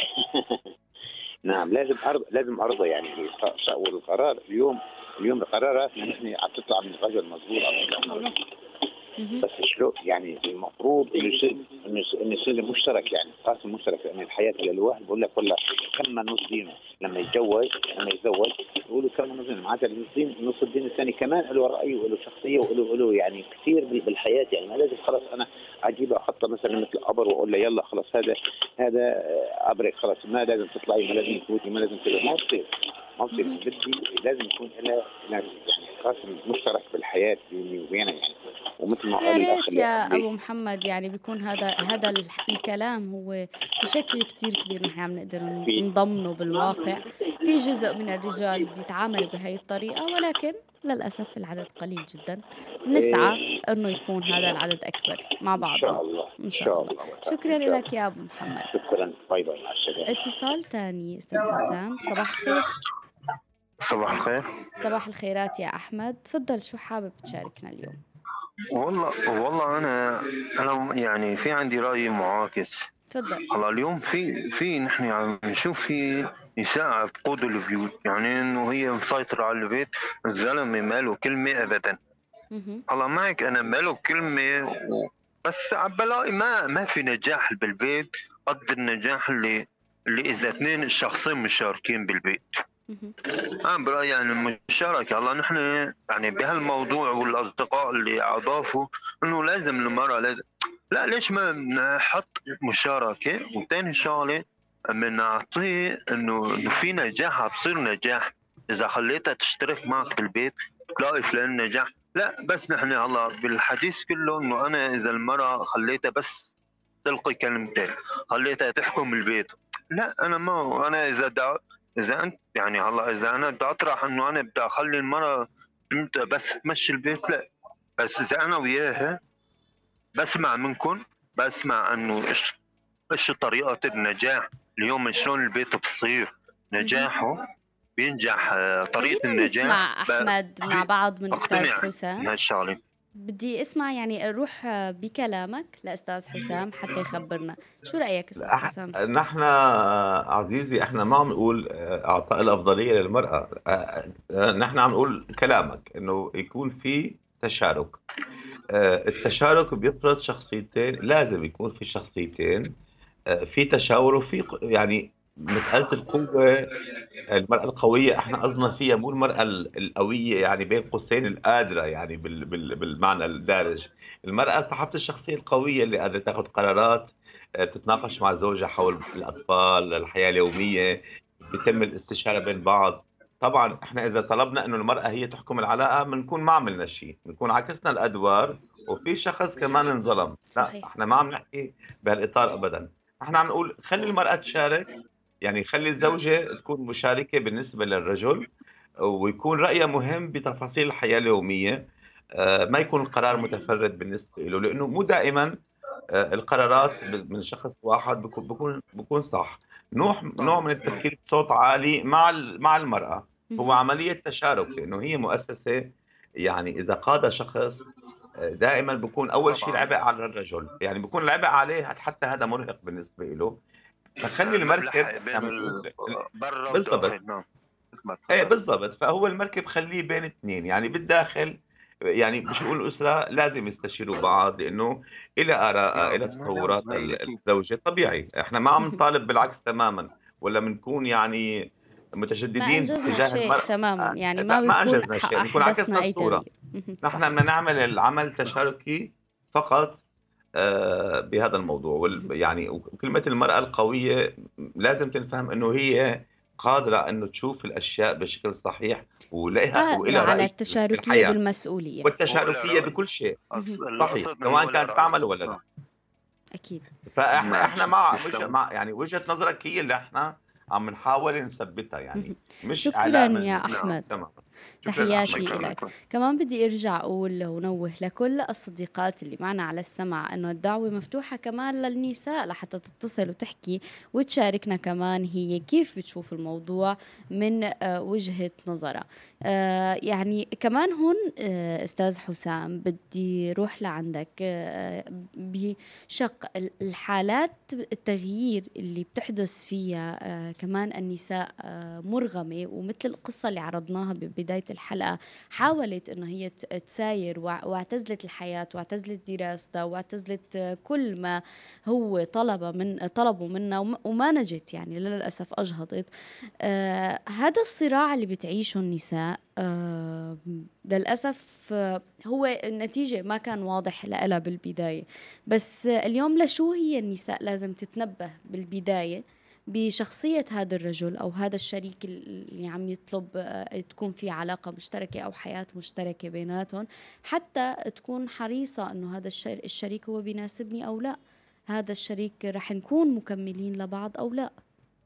نعم، لازم أرض لازم أرضى يعني. والقرار اليوم اليوم القرارات نحن عم تطلع من الرجل مضبوط، مهم. بس شلون يعني المفروض انه يصير انه يصير- إنه يصير مشترك، يعني قاسم مشترك. لان الحياه للواحد بقول لك والله كم نص دينه لما يتجوز لما يتزوج يقولوا كم نص دينه، معناتها النص دين نص الدين الثاني كمان له راي وله شخصيه وله له يعني كثير بالحياه. يعني ما لازم خلاص انا اجيبها احطها مثلا مثل قبر واقول له يلا خلاص هذا هذا قبرك خلاص، ما لازم تطلعي، ما لازم تفوتي، ما لازم كذا، ما بصير ما بصير. مهم. بدي لازم يكون لها يعني قاسم مشترك بالحياه بيني وبينها يعني. ومثل ما يا قال الاخ ريت اللي يا قبلي أبو محمد، يعني بيكون هذا هذا الح- الكلام هو بشكل كتير كبير نحن عم نقدر في نضمنه بالواقع. في جزء من الرجال بيتعاملوا بهاي الطريقة، ولكن للأسف العدد قليل جدا. نسعى إيه، إنه يكون هذا العدد أكبر مع ان شاء بعضنا الله إن ان شاء شاء الله. الله شكرا ان شاء لك الله. يا أبو محمد. شكرا، باي باي، مع السلامه. اتصال تاني أستاذ حسام، صباح الخير. صباح الخير. صباح الخيرات يا أحمد، تفضل شو حابب تشاركنا اليوم؟ والله والله انا انا يعني في عندي راي معاكس. تفضل. هلا اليوم في في نحن عم نشوف في نساء عم تقودوا البيوت، يعني انه هي مسيطرة على البيت، الزلمه ما له كلمه ابدا. مهم. هلا معك انا ما له كلمه و... بس عم بلاقي ما ما في نجاح بالبيت قد النجاح اللي اللي اذا اثنين الشخصين مشاركين بالبيت. مهم. أنا برأيي يعني المشاركة. هلا نحن يعني بهالموضوع والأصدقاء اللي أضافوا إنه لازم المرأة لازم، لا ليش ما نحط مشاركة؟ وتاني شغلة بنعطيه إنه إنه في نجاح، بصير نجاح إذا خليتها تشترك معك بالبيت تلاقي فلان نجح، لا بس نحن هلا بالحديث كله انه انا اذا المرأة خليتها بس تلقي كلمتين، خليتها تحكم البيت، لا انا ما انا اذا دا اذا انت يعني هلا اذا انا بدي اطرح انه انا بدي اخلي المرأة انت بس تمشي البيت، لا بس اذا انا وياها بسمع منكم، بسمع انه ايش ايش طريقة النجاح اليوم، شلون البيت بصير نجاحه بينجح، آه، طريقة خلينا النجاح نسمع أحمد مع بعض من أستاذ اقتنع حسام. من هالشغلة. بدي اسمع يعني اروح بكلامك لاستاذ حسام حتى يخبرنا شو رايك استاذ أح- حسام. نحن عزيزي احنا ما عم نقول آه، اعطاء الافضليه للمراه، آه، آه، نحن عم نقول كلامك انه يكون في تشارك. آه، التشارك بيفرض شخصيتين، لازم يكون في شخصيتين، آه، في تشاور وفي ق- يعني مساله القوه. المرأة القوية احنا قصدنا فيها مو المرأة ال- القوية يعني بين قوسين القادرة يعني بال بال بالمعنى الدارج. المرأة صاحبة الشخصية القوية اللي قادرة تاخذ قرارات، آه، تتناقش مع زوجها حول الأطفال، الحياة اليومية، بيتم الاستشارة بين بعض. طبعا احنا إذا طلبنا إنه المرأة هي تحكم العلاقة بنكون ما عملنا شيء، بنكون عكسنا الأدوار، وفي شخص كمان انظلم. لا صحيح. احنا ما عم نحكي بهالإطار أبدا. احنا عم نقول خلي المرأة تشارك، يعني خلي الزوجة تكون مشاركة بالنسبة للرجل، ويكون رأيها مهم بتفاصيل الحياة اليومية. آه، ما يكون القرار متفرد بالنسبة له، لأنه مو دائما آه، القرارات من شخص واحد بكون بكون بكون صح. نوع نوع من التفكير بصوت عالي مع ال- مع المرأة هو مهم. عملية تشارك، لأنه هي مؤسسة. يعني إذا قاد شخص آه، دائما بكون أول شيء طبعا العبء على الرجل، يعني بكون العبء عليه حتى هذا مرهق بالنسبة له. فخلي المركب ملحق احنا بين بنقول ال- برا بالضبط. وداخل، نعم مثل ما ايه تفضلت. بالضبط، فهو المركب خليه بين اثنين، يعني بالداخل يعني بشؤون الأسرة لازم يستشيروا بعض، لأنه إلى آراء إلى نعم نعم تصورات هي اكيد. الزوجة. طبيعي احنا ما عم مهم. نطالب بالعكس تماما، ولا بنكون يعني ما متشددين انجزنا تجاه شيء المرأة. تماما آه، يعني ما لا ما بيكون أنجزنا ح- شيء، بنكون احدثنا عكسنا اي الصورة. تغيير. مهم. نحن صحيح. بدنا نعمل العمل تشاركي فقط آه، بهذا الموضوع. وال- مهم. يعني وكلمة المرأة القوية لازم تنفهم انه هي قادرة انه تشوف الاشياء بشكل صحيح، ولها قادرة وإلها على رأي في التشاركية الحياة، بالمسؤولية. ولا والتشاركية رأي، بكل شيء. مهم. أص- صحيح، القصد انه سواء ولا كانت رأي. تعمل ولا لا. نعم أكيد. فاحنا احنا ماشي مع وجه تسلم. مع يعني وجهة نظرك هي اللي احنا عم نحاول نثبتها، يعني مهم. مش شكرا اعلاء من يا الجنس. نعم أحمد. تمام. شكرا احمد. تحياتي شكرا إلك. لكم. كمان بدي أرجع أقول ونوه لكل الصديقات اللي معنا على السمع أنه الدعوة مفتوحة كمان للنساء لحتى تتصل وتحكي وتشاركنا كمان هي كيف بتشوف الموضوع من آه، وجهة نظرها. آه، يعني كمان هون آه، أستاذ حسام بدي روح لعندك آه، بشق ال- الحالات التغيير اللي بتحدث فيها آه، كمان النساء آه، مرغمة، ومثل القصة اللي عرضناها ببداية الحلقة حاولت انه هي ت- تساير وع- واعتزلت الحياة واعتزلت دراستها واعتزلت آه، كل ما هو طلب من طلبوا منها وم- وما نجت، يعني للأسف أجهضت. آه هذا الصراع اللي بتعيشه النساء آه للأسف آه هو النتيجة ما كان واضح لها بالبداية، بس آه اليوم لشو هي النساء لازم تتنبه بالبداية بشخصية هذا الرجل أو هذا الشريك اللي عم يطلب آه، تكون في علاقة مشتركة أو حياة مشتركة بيناتهم، حتى تكون حريصة أنه هذا الشر- الشريك هو بيناسبني أو لا، هذا الشريك رح نكون مكملين لبعض أو لا.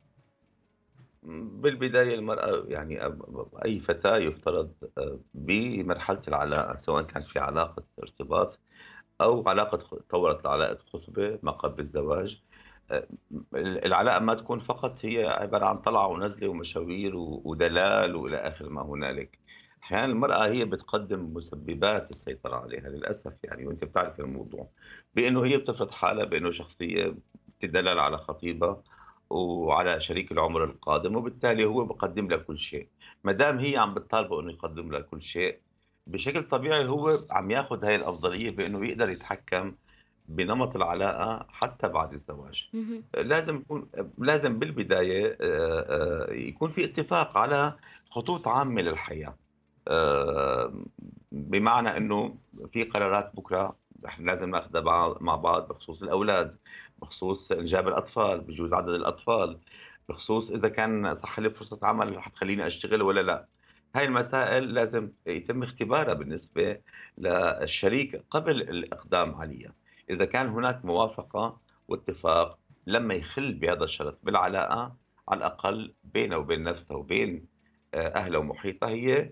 بالبداية المرأة يعني أب- أي فتاة يفترض آه، بمرحلة العلاقة، سواء كان في علاقة ارتباط أو علاقة خ- طورت لعلاقة خطبة ما قبل الزواج، آه، العلاقة ما تكون فقط هي عبارة عن طلعة ونزلة ومشاوير و- ودلال وإلى آخر ما هنالك. أحيانا المرأة هي بتقدم مسببات السيطرة عليها للأسف، يعني وأنت بتعرف الموضوع، بأنه هي بتفرض حالها بأنه شخصية بتدلل على خطيبها وعلى شريك العمر القادم، وبالتالي هو بقدم لها كل شيء. ما دام هي عم بتطالبه انه يقدم لها كل شيء، بشكل طبيعي هو عم ياخذ هاي الافضليه بانه يقدر يتحكم بنمط العلاقه حتى بعد الزواج. مهم. لازم يكون لازم بالبدايه آه، آه، يكون في اتفاق على خطوط عامه للحياه. آه، بمعنى انه في قرارات بكره احنا لازم ناخذها بعض- مع بعض بخصوص الاولاد، بخصوص انجاب الاطفال، بجوز عدد الاطفال، بخصوص اذا كان صح لي فرصه عمل رح تخليني اشتغل ولا لا. هاي المسائل لازم يتم اختبارها بالنسبة للشريك قبل الإقدام عليها. إذا كان هناك موافقة واتفاق لما يخل بهذا الشرط بالعلاقة، على الأقل بينه وبين نفسها وبين آه، أهلها ومحيطها، هي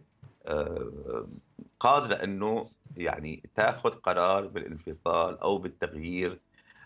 آه، قادرة أنه يعني تاخذ قرار بالانفصال أو بالتغيير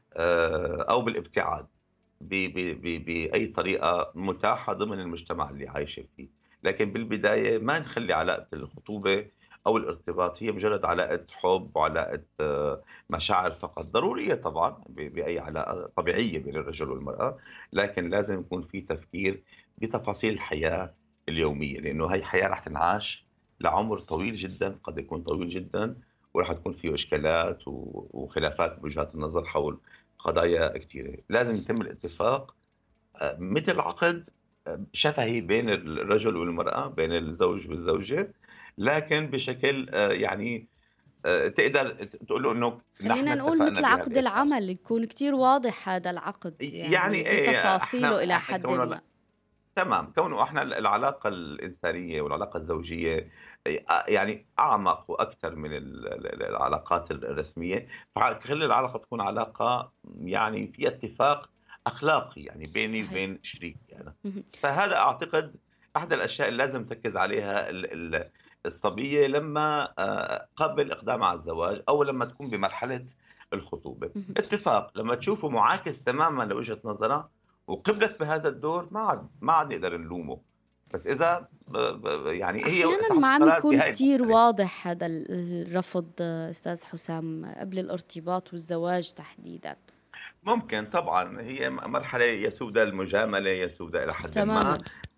آه، أو بالابتعاد ب- ب- ب- بأي طريقة متاحة ضمن المجتمع اللي عايشة فيه. لكن بالبداية ما نخلي علاقة الخطوبة أو الارتباط هي مجرد علاقة حب وعلاقة آه، مشاعر فقط. ضرورية طبعا ب- بأي علاقة طبيعية بين الرجل والمرأة، لكن لازم يكون في تفكير بتفاصيل الحياة اليومية، لأنه هي حياة رح تنعاش لعمر طويل جدا، قد يكون طويل جدا، ورح تكون فيه إشكالات و- وخلافات بوجهات النظر حول قضايا كثيرة. لازم يتم الاتفاق آه، مثل عقد آه، شفهي بين الرجل والمرأة، بين الزوج والزوجة، لكن بشكل آه، يعني آه، تقدر تقول له انه نحن خلينا نقول اتفقنا مثل عقد بهالإطار. العمل، يكون كتير واضح هذا العقد يعني يعني ايه، بتفاصيله احنا إلى احنا حد كونه ما. تمام، كونه احنا العلاقة الإنسانية والعلاقة الزوجية آه، يعني أعمق وأكثر من ال- ال- العلاقات الرسمية. فخلي العلاقة تكون علاقة يعني في اتفاق أخلاقي يعني بيني صحيح. وبين شريكي أنا. مهم. فهذا أعتقد أحد الأشياء اللي لازم تركز عليها ال- ال- الصبية لما آه، قبل إقدام على الزواج أو لما تكون بمرحلة الخطوبة. مهم. اتفاق لما تشوفه معاكس تماما لوجهة نظرها وقبلت بهذا الدور، ما عاد ما عاد نقدر نلومه. بس اذا ب- ب- يعني هي أحيانا تاخذ ما عم قرار في يكون هاي كتير المرحله. واضح هذا ال- الرفض آه، أستاذ حسام قبل الارتباط والزواج تحديدا. ممكن طبعا هي م- مرحله يسودها المجامله، يسودها الى حد تماما. ما.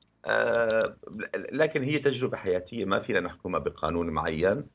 آه، لكن هي تجربه حياتيه ما فينا نحكمها بقانون معين.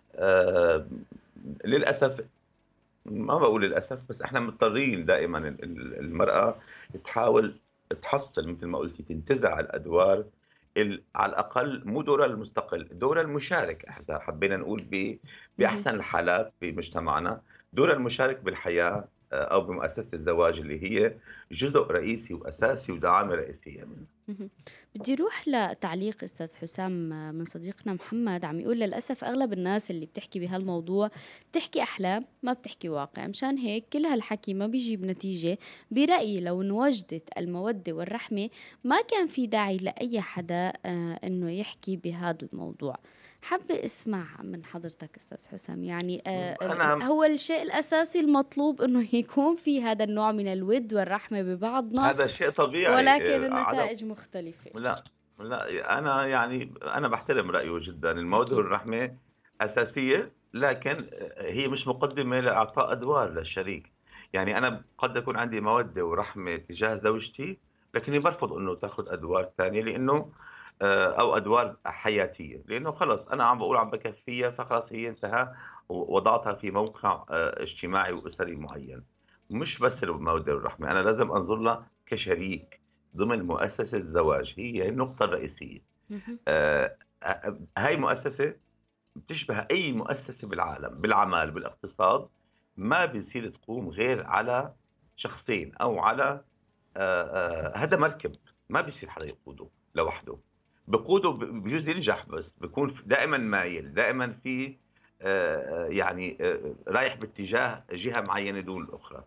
آه، للاسف، ما بقول للاسف، بس احنا مضطرين دائما ال- ال- المراه تحاول تحصل مثل ما قلتي، تنتزع الادوار ال- على الاقل مو دورها المستقل، دورها المشارك، اذا حبينا نقول ب- مهم. باحسن الحالات بمجتمعنا، دورها المشارك بالحياه آه، او بمؤسسه الزواج اللي هي جزء رئيسي واساسي ودعامه رئيسيه منها. مهم. بدي روح لتعليق أستاذ حسام من صديقنا محمد، عم يقول للأسف أغلب الناس اللي بتحكي بهالموضوع بتحكي أحلام ما بتحكي واقع، مشان هيك كل هالحكي ما بيجيب نتيجة. برأيي لو انوجدت المودة والرحمة ما كان في داعي لأي حدا آه إنه يحكي بهذا الموضوع. حابة اسمع من حضرتك أستاذ حسام، يعني آه ال- انا هو الشيء الأساسي المطلوب إنه يكون في هذا النوع من الود والرحمة ببعضنا، هذا شيء طبيعي. ولكن آه، عدم النتائج مختلفة. لا لا انا يعني انا بحترم رايه جدا. الموده أكيد. والرحمه اساسيه، لكن هي مش مقدمه لاعطاء ادوار للشريك. يعني انا قد يكون عندي موده ورحمه تجاه زوجتي، لكني برفض انه تاخذ ادوار ثانيه، لانه آه، او ادوار حياتيه، لانه خلص انا عم بقول عم بكفيها، فخلص هي انتهى، ووضعتها في موقع آه، اجتماعي واسري معين. مش بس الموده والرحمه، انا لازم انظر لها كشريك ضمن مؤسسة الزواج، هي النقطة الرئيسية. مهم. آه، آه، هاي مؤسسة بتشبه أي مؤسسة بالعالم، بالعمل، بالاقتصاد. ما بيصير تقوم غير على شخصين أو على آه، آه، هذا مركب، ما بيصير حدا يقوده لوحده. بقوده ب- بجوز ينجح، بس بيكون دائما مايل، دائما في آه، آه، يعني آه، رايح باتجاه جهة معينة دون الأخرى.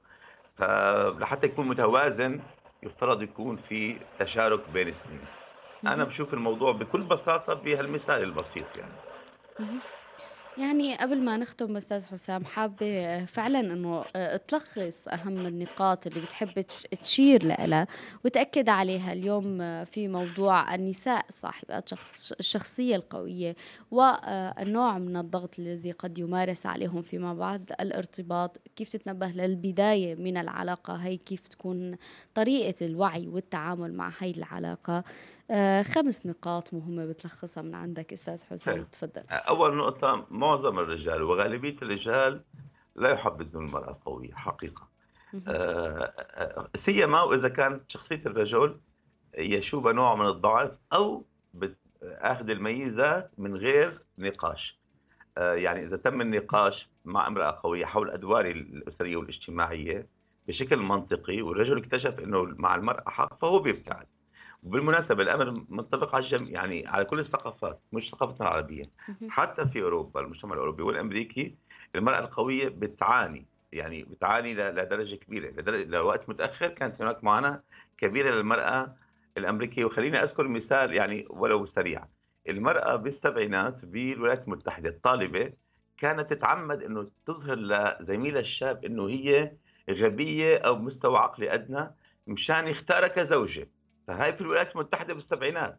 فلحتى يكون متوازن يفترض يكون في تشارك بين الاثنين. انا مهم. بشوف الموضوع بكل بساطه بهالمثال البسيط يعني. مهم. يعني قبل ما نختم أستاذ حسام، حابة فعلا أنه تلخص أهم النقاط اللي بتحب تش- تشير لها وتأكد عليها اليوم في موضوع النساء صاحبات شخص الشخصية القوية والنوع من الضغط الذي قد يمارس عليهم فيما بعد الارتباط، كيف تتنبه للبداية من العلاقة هي، كيف تكون طريقة الوعي والتعامل مع هاي العلاقة. آه، خمس نقاط مهمة بتلخصها من عندك أستاذ حسام، حلو. تفضل. اول نقطه، معظم الرجال وغالبيه الرجال لا يحبذون المراه القويه حقيقه. مهم. آه، آه، سيما واذا كانت شخصيه الرجل يشوب نوع من الضعف او بت- اخذ الميزات من غير نقاش. آه، يعني إذا تم النقاش مع امرأة قوية حول أدوار الأسرية والاجتماعية بشكل منطقي، والرجل اكتشف أنه مع المرأة حق، فهو بيبتعد. وبالمناسبة الأمر منطبق على الجميع، يعني على كل الثقافات مش ثقافتنا العربية. مهم. حتى في أوروبا المجتمع الأوروبي والأمريكي المرأة القوية بتعاني، يعني بتعاني ل- لدرجة كبيرة، لدرجة لوقت متأخر كانت هناك معاناة كبيرة للمرأة الأمريكية. وخليني أذكر مثال يعني ولو سريع. المرأة بالسبعينات بالولايات المتحدة الطالبة كانت تتعمد أنه تظهر لزميلها الشاب أنه هي غبية أو مستوى عقلي أدنى مشان يختارها كزوجة. فهاي في الولايات المتحدة بالسبعينات.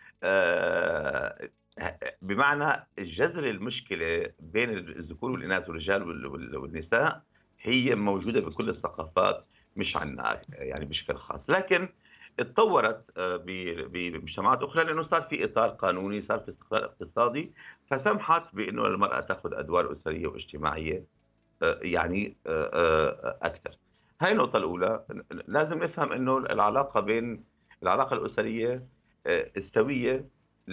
آه، بمعنى جذر المشكلة بين الذكور والإناث والرجال وال- وال- والنساء هي موجودة بكل الثقافات، مش عنا يعني بشكل خاص. لكن اتطورت آه، ب- بمجتمعات أخرى لأنه صار في إطار قانوني، صار في استقرار اقتصادي، فسمحت بأنه المرأة تأخذ أدوار أسرية واجتماعية آه، يعني آه، آه، أكثر. هاي النقطة الأولى. لازم نفهم أنه العلاقة بين العلاقة الأسرية آه، السوية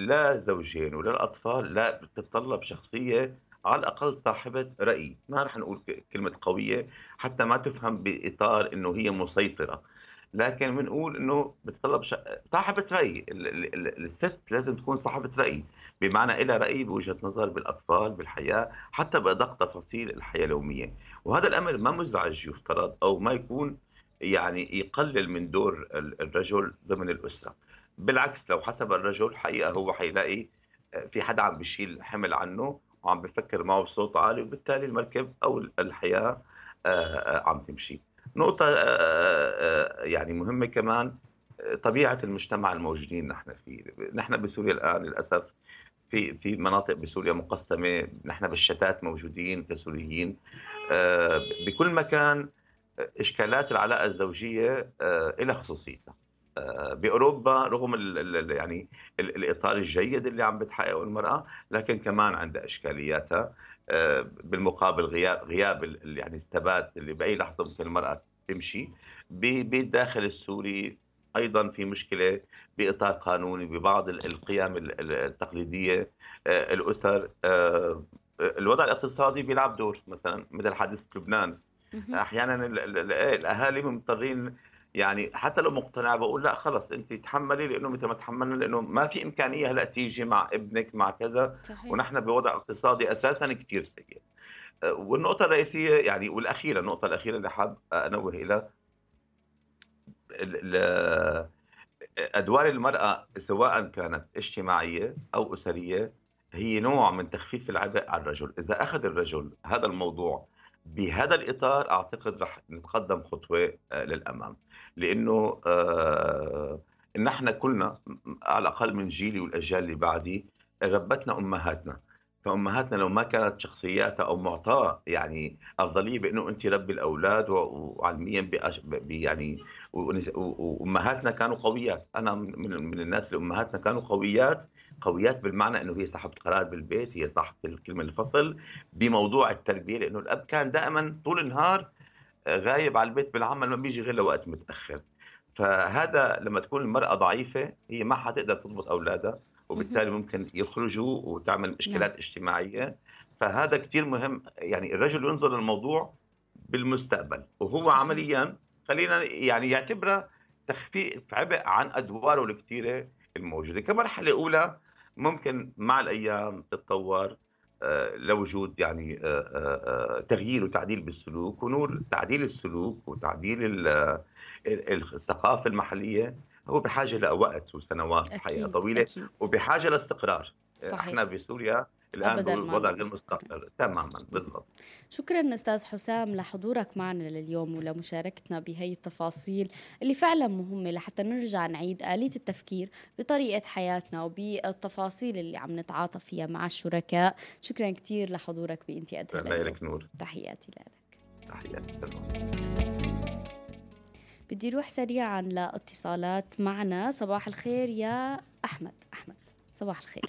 لزوجين وللأطفال لا بتتطلب شخصية على الأقل صاحبة رأي. ما رح نقول ك- كلمة قوية حتى ما تفهم بإطار أنه هي مسيطرة، لكن بنقول أنه بتطلب ش- صاحبة رأي. ال- ال- ال- الست لازم تكون صاحبة رأي، بمعنى إلها رأي بوجهة نظر بالأطفال بالحياة حتى بأدق تفاصيل الحياة اليومية. وهذا الأمر ما مزعج يفترض أو ما يكون يعني يقلل من دور ال- الرجل ضمن الأسرة. بالعكس لو حسب الرجل حقيقة هو حيلاقي آه، في حدا عم بيشيل حمل عنه وعم بفكر معه بصوت عالي، وبالتالي المركب أو الحياة آه، آه، عم تمشي. نقطة آه، آه، يعني مهمة كمان، آه، طبيعة المجتمع الموجودين نحن فيه. نحن بسوريا الآن للأسف في في مناطق بسوريا مقسمة، نحن بالشتات موجودين كسوريين. آه، بكل مكان آه، إشكالات العلاقة الزوجية آه، إلها خصوصيتها. آه، بأوروبا رغم ال ال يعني ال الإطار الجيد اللي عم بتحققه المرأة، لكن كمان عندها إشكالياتها. آه، بالمقابل غياب غياب ال- يعني الثبات اللي بأي لحظة ممكن المرأة تمشي. ب- بالداخل السوري أيضا في مشكلة بإطار قانوني ببعض ال- القيم ال- ال- التقليدية. آه، الأسر آه، الوضع الاقتصادي بيلعب دور، مثلا مثل حادثة لبنان. مهم. احيانا ال- ال- ال- الاهالي مضطرين، يعني حتى لو مقتنع بقول لا خلص انت تحملي، لانه مثل ما تحملنا لانه ما في امكانيه هلا تيجي مع ابنك مع كذا، صحيح. ونحن بوضع اقتصادي اساسا كثير سيء. أه، والنقطه الرئيسيه يعني والاخيره، النقطه الاخيره اللي حاب انوه الى ال- ال- ادوار المراه سواء كانت اجتماعيه او اسريه هي نوع من تخفيف العبء على الرجل. اذا اخذ الرجل هذا الموضوع بهذا الاطار اعتقد رح نتقدم خطوه آه، للامام. لانه آه، نحن كلنا على الاقل من جيلي والاجيال اللي بعدي ربتنا امهاتنا. فامهاتنا لو ما كانت شخصياتها او معطاء يعني افضليه بانه انت ربي الاولاد و- وعلميا بأش- ب- يعني ونس- و- و- وامهاتنا كانوا قويات. انا من من الناس اللي امهاتنا كانوا قويات، قويات بالمعنى انه هي صاحبه قرار بالبيت، هي صاحبه الكلمه الفصل بموضوع التربيه، لانه الاب كان دائما طول النهار آه، غايب على البيت بالعمل، ما بيجي غير لوقت متاخر. فهذا لما تكون المراه ضعيفه هي ما حتقدر تضبط اولادها، مهم. وبالتالي ممكن يخرجوا وتعمل نعم. مشكلات اجتماعيه. فهذا كثير مهم، يعني الرجل ينظر للموضوع بالمستقبل، وهو صحيح. عمليا خلينا يعني يعتبرها تخفيف عبء عن ادواره الكثيره الموجوده. كمرحله اولى ممكن مع الايام تتطور آه، لوجود يعني آه، آه، آه، تغيير وتعديل بالسلوك. ونور تعديل السلوك وتعديل ال- ال- الثقافه المحليه هو بحاجه لوقت وسنوات حقيقه أكيد طويله، أكيد. وبحاجه لاستقرار. آه، احنا صحيح. بسوريا الان أبدا ما الوضع له غير مستقر. مستقر تماما. مهم. بالضبط. شكرا أستاذ حسام لحضورك معنا لليوم ولمشاركتنا بهي التفاصيل اللي فعلا مهمة لحتى نرجع نعيد آلية التفكير بطريقة حياتنا وبالتفاصيل اللي عم نتعاطى فيها مع الشركاء. شكرا كتير لحضورك بإنتي أدهى الله لليوم. يلك نور. تحياتي لك. تحياتي. سلام. بدي روح سريعا لاتصالات معنا. صباح الخير يا أحمد. أحمد صباح الخير.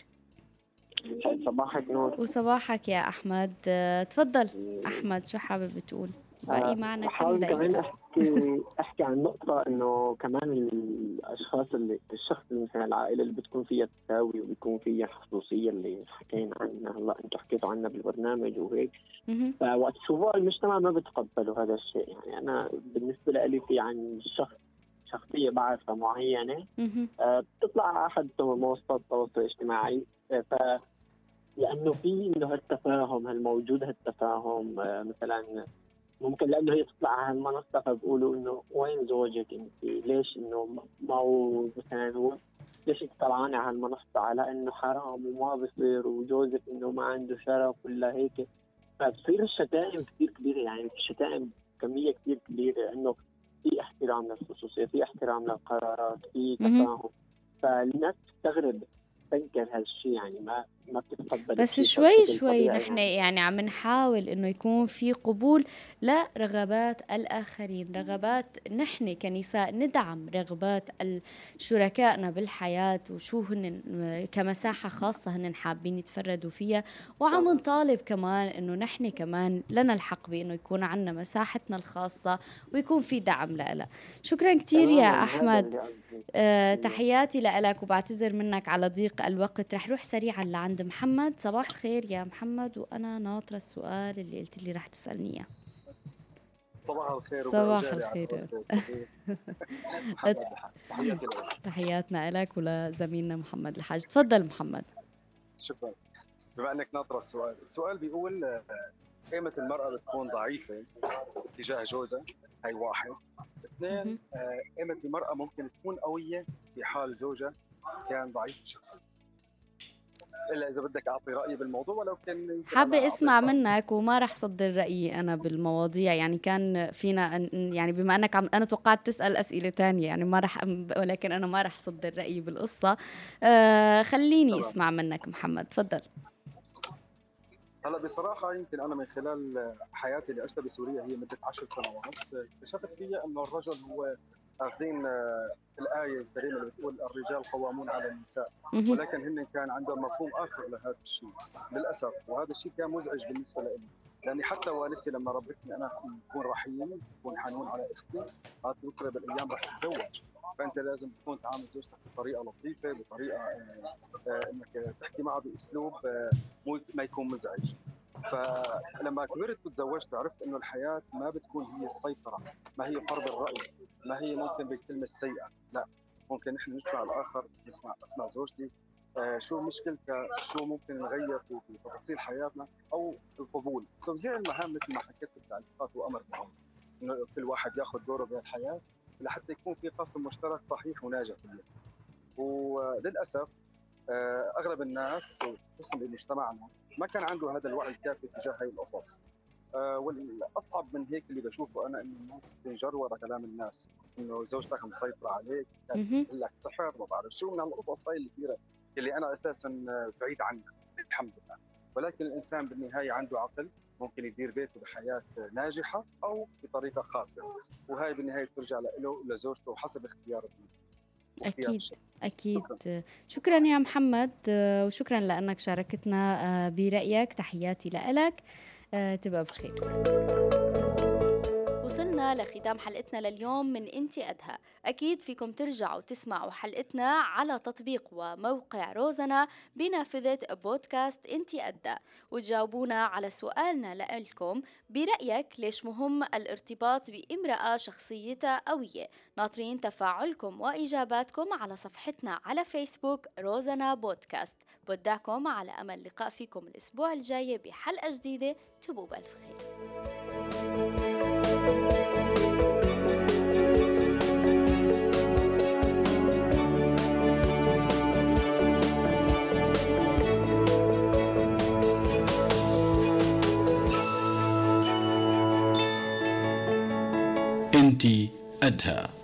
صباحك نور. وصباحك يا أحمد. آه، تفضل أحمد، شو حابب تقول؟ باقي معنا كم بحاول كمان دقيقة؟ احكي احكي عن نقطة انه كمان الاشخاص اللي الشخص اللي مثلا العائلة اللي بتكون فيها تساوي وبيكون فيها الخصوصية اللي حكينا عنها هلا انتم حكيتوا عنها بالبرنامج وهيك. مهم. فوقت شوفوا المجتمع ما بتقبلوا هذا الشيء. يعني انا بالنسبة لي في عن شخص شخصية بعرفها معينة آه بتطلع أحد منصات التواصل الاجتماعي، آه ف لأنه في إنه هالتفاهم هالموجود هالتفاهم آه مثلا ممكن لأنه هي تطلع على هالمنصة فبقولوا إنه وين زوجك أنت؟ ليش إنه ما هو مثلا ليش انت طلعانة على المنصة على إنه حرام وما بصير وجوزك إنه ما عنده شرف ولا هيك، فبصير الشتائم كثير كبيرة، يعني الشتائم كمية كثير كبيرة، إنه في احترام للخصوصية، في احترام للقرارات، في تفاهم، فالناس تستغرب تنكر هالشيء، يعني ما ما بتتقبل. بس شوي شوي نحن يعني عم نحاول انه يكون في قبول لرغبات الاخرين، رغبات نحن كنساء ندعم رغبات شركائنا بالحياة وشو هن كمساحة خاصة هن حابين يتفردوا فيها، وعم نطالب كمان انه نحن كمان لنا الحق بانه يكون عنا مساحتنا الخاصة ويكون في دعم لها. شكرا كتير يا احمد، آه تحياتي لك وبعتذر منك على ضيق الوقت. رح روح سريعا لعند محمد. صباح الخير يا محمد، وأنا ناطرة السؤال اللي قلت لي رح تسألني. صباح الخير. صباح الخير. تحياتنا لك ولزميلنا محمد الحاج. تفضل محمد. شكرا. بما أنك ناطرة السؤال، السؤال بيقول قيمة المرأة بتكون ضعيفة تجاه جوزها، هاي واحد. اثنين، قيمة المرأة ممكن تكون قوية في حال زوجها كان ضعيف الشخصية. إلا إذا بدك أعطي رأيي بالموضوع، ولو كان حابة أسمع منك وما رح صدر رأيي أنا بالمواضيع، يعني كان فينا يعني بما أنك عم أنا توقعت تسأل أسئلة تانية يعني ما رح، ولكن أنا ما رح صدر رأيي بالقصة. آه خليني طبعا. أسمع منك محمد، تفضل. هلا بصراحة يمكن أنا من خلال حياتي اللي عشتها بسوريا هي مدة عشر سنوات اكتشفت فيها أنه الرجل هو أخذين الآية الكريمة اللي بتقول الرجال قوامون على النساء، ولكن هن كان عندهم مفهوم آخر لهذا الشيء للأسف، وهذا الشيء كان مزعج بالنسبة لي، لأني حتى والدتي لما ربتني أنا أكون رحيم أكون حنون على أختي، قالت بكرة بالأيام رح تتزوج، فأنت لازم تكون تعامل زوجتك بطريقة لطيفة، بطريقة آه إنك تحكي معها بأسلوب آه ما يكون مزعج. فلما كبرت وتزوجت عرفت إنه الحياة ما بتكون هي السيطرة، ما هي فرض الرأي، ما هي ممكن بالكلمة السيئة، لا، ممكن نحن نسمع الآخر، نسمع أسمع زوجتي آه شو مشكلتها، شو ممكن نغير في تفاصيل حياتنا، أو القبول. توزيع المهام مثل ما حكيت بالتعليقات وأمر معهم إنه كل واحد يأخذ دوره بهالحياة لحتى يكون في قاسم مشترك صحيح وناجح فيه. وللأسف آه أغلب الناس خصوصا بمجتمعنا ما كان عنده هذا الوعي الكافي تجاه هاي القصص. آه والأصعب من هيك اللي بشوفه أنا إنه الناس تنجر ورا كلام الناس إنه زوجتك مسيطرة عليك، تقول لك سحر ما بعرف شو من هالقصص هاي الكبيرة اللي أنا أساساً بعيد عنها الحمد لله. ولكن الإنسان بالنهاية عنده عقل، ممكن يدير بيته بحياة ناجحة أو بطريقة خاصة، وهاي بالنهاية ترجع له ولزوجته حسب اختياره. أكيد أكيد. شكرا. شكرا يا محمد، وشكرا لأنك شاركتنا برأيك. تحياتي لك، تبقى بخير. وصلنا لختام حلقتنا لليوم من انتي أدهى. أكيد فيكم ترجعوا تسمعوا حلقتنا على تطبيق وموقع روزنا بنافذة بودكاست انتي أدهى، وتجاوبونا على سؤالنا لكم برأيك ليش مهم الارتباط بامرأة شخصيتها قوية. ناطرين تفاعلكم وإجاباتكم على صفحتنا على فيسبوك روزنا بودكاست. بودعكم على أمل لقاء فيكم الأسبوع الجاي بحلقة جديدة. تبقوا بألف خير. انتي أدهى.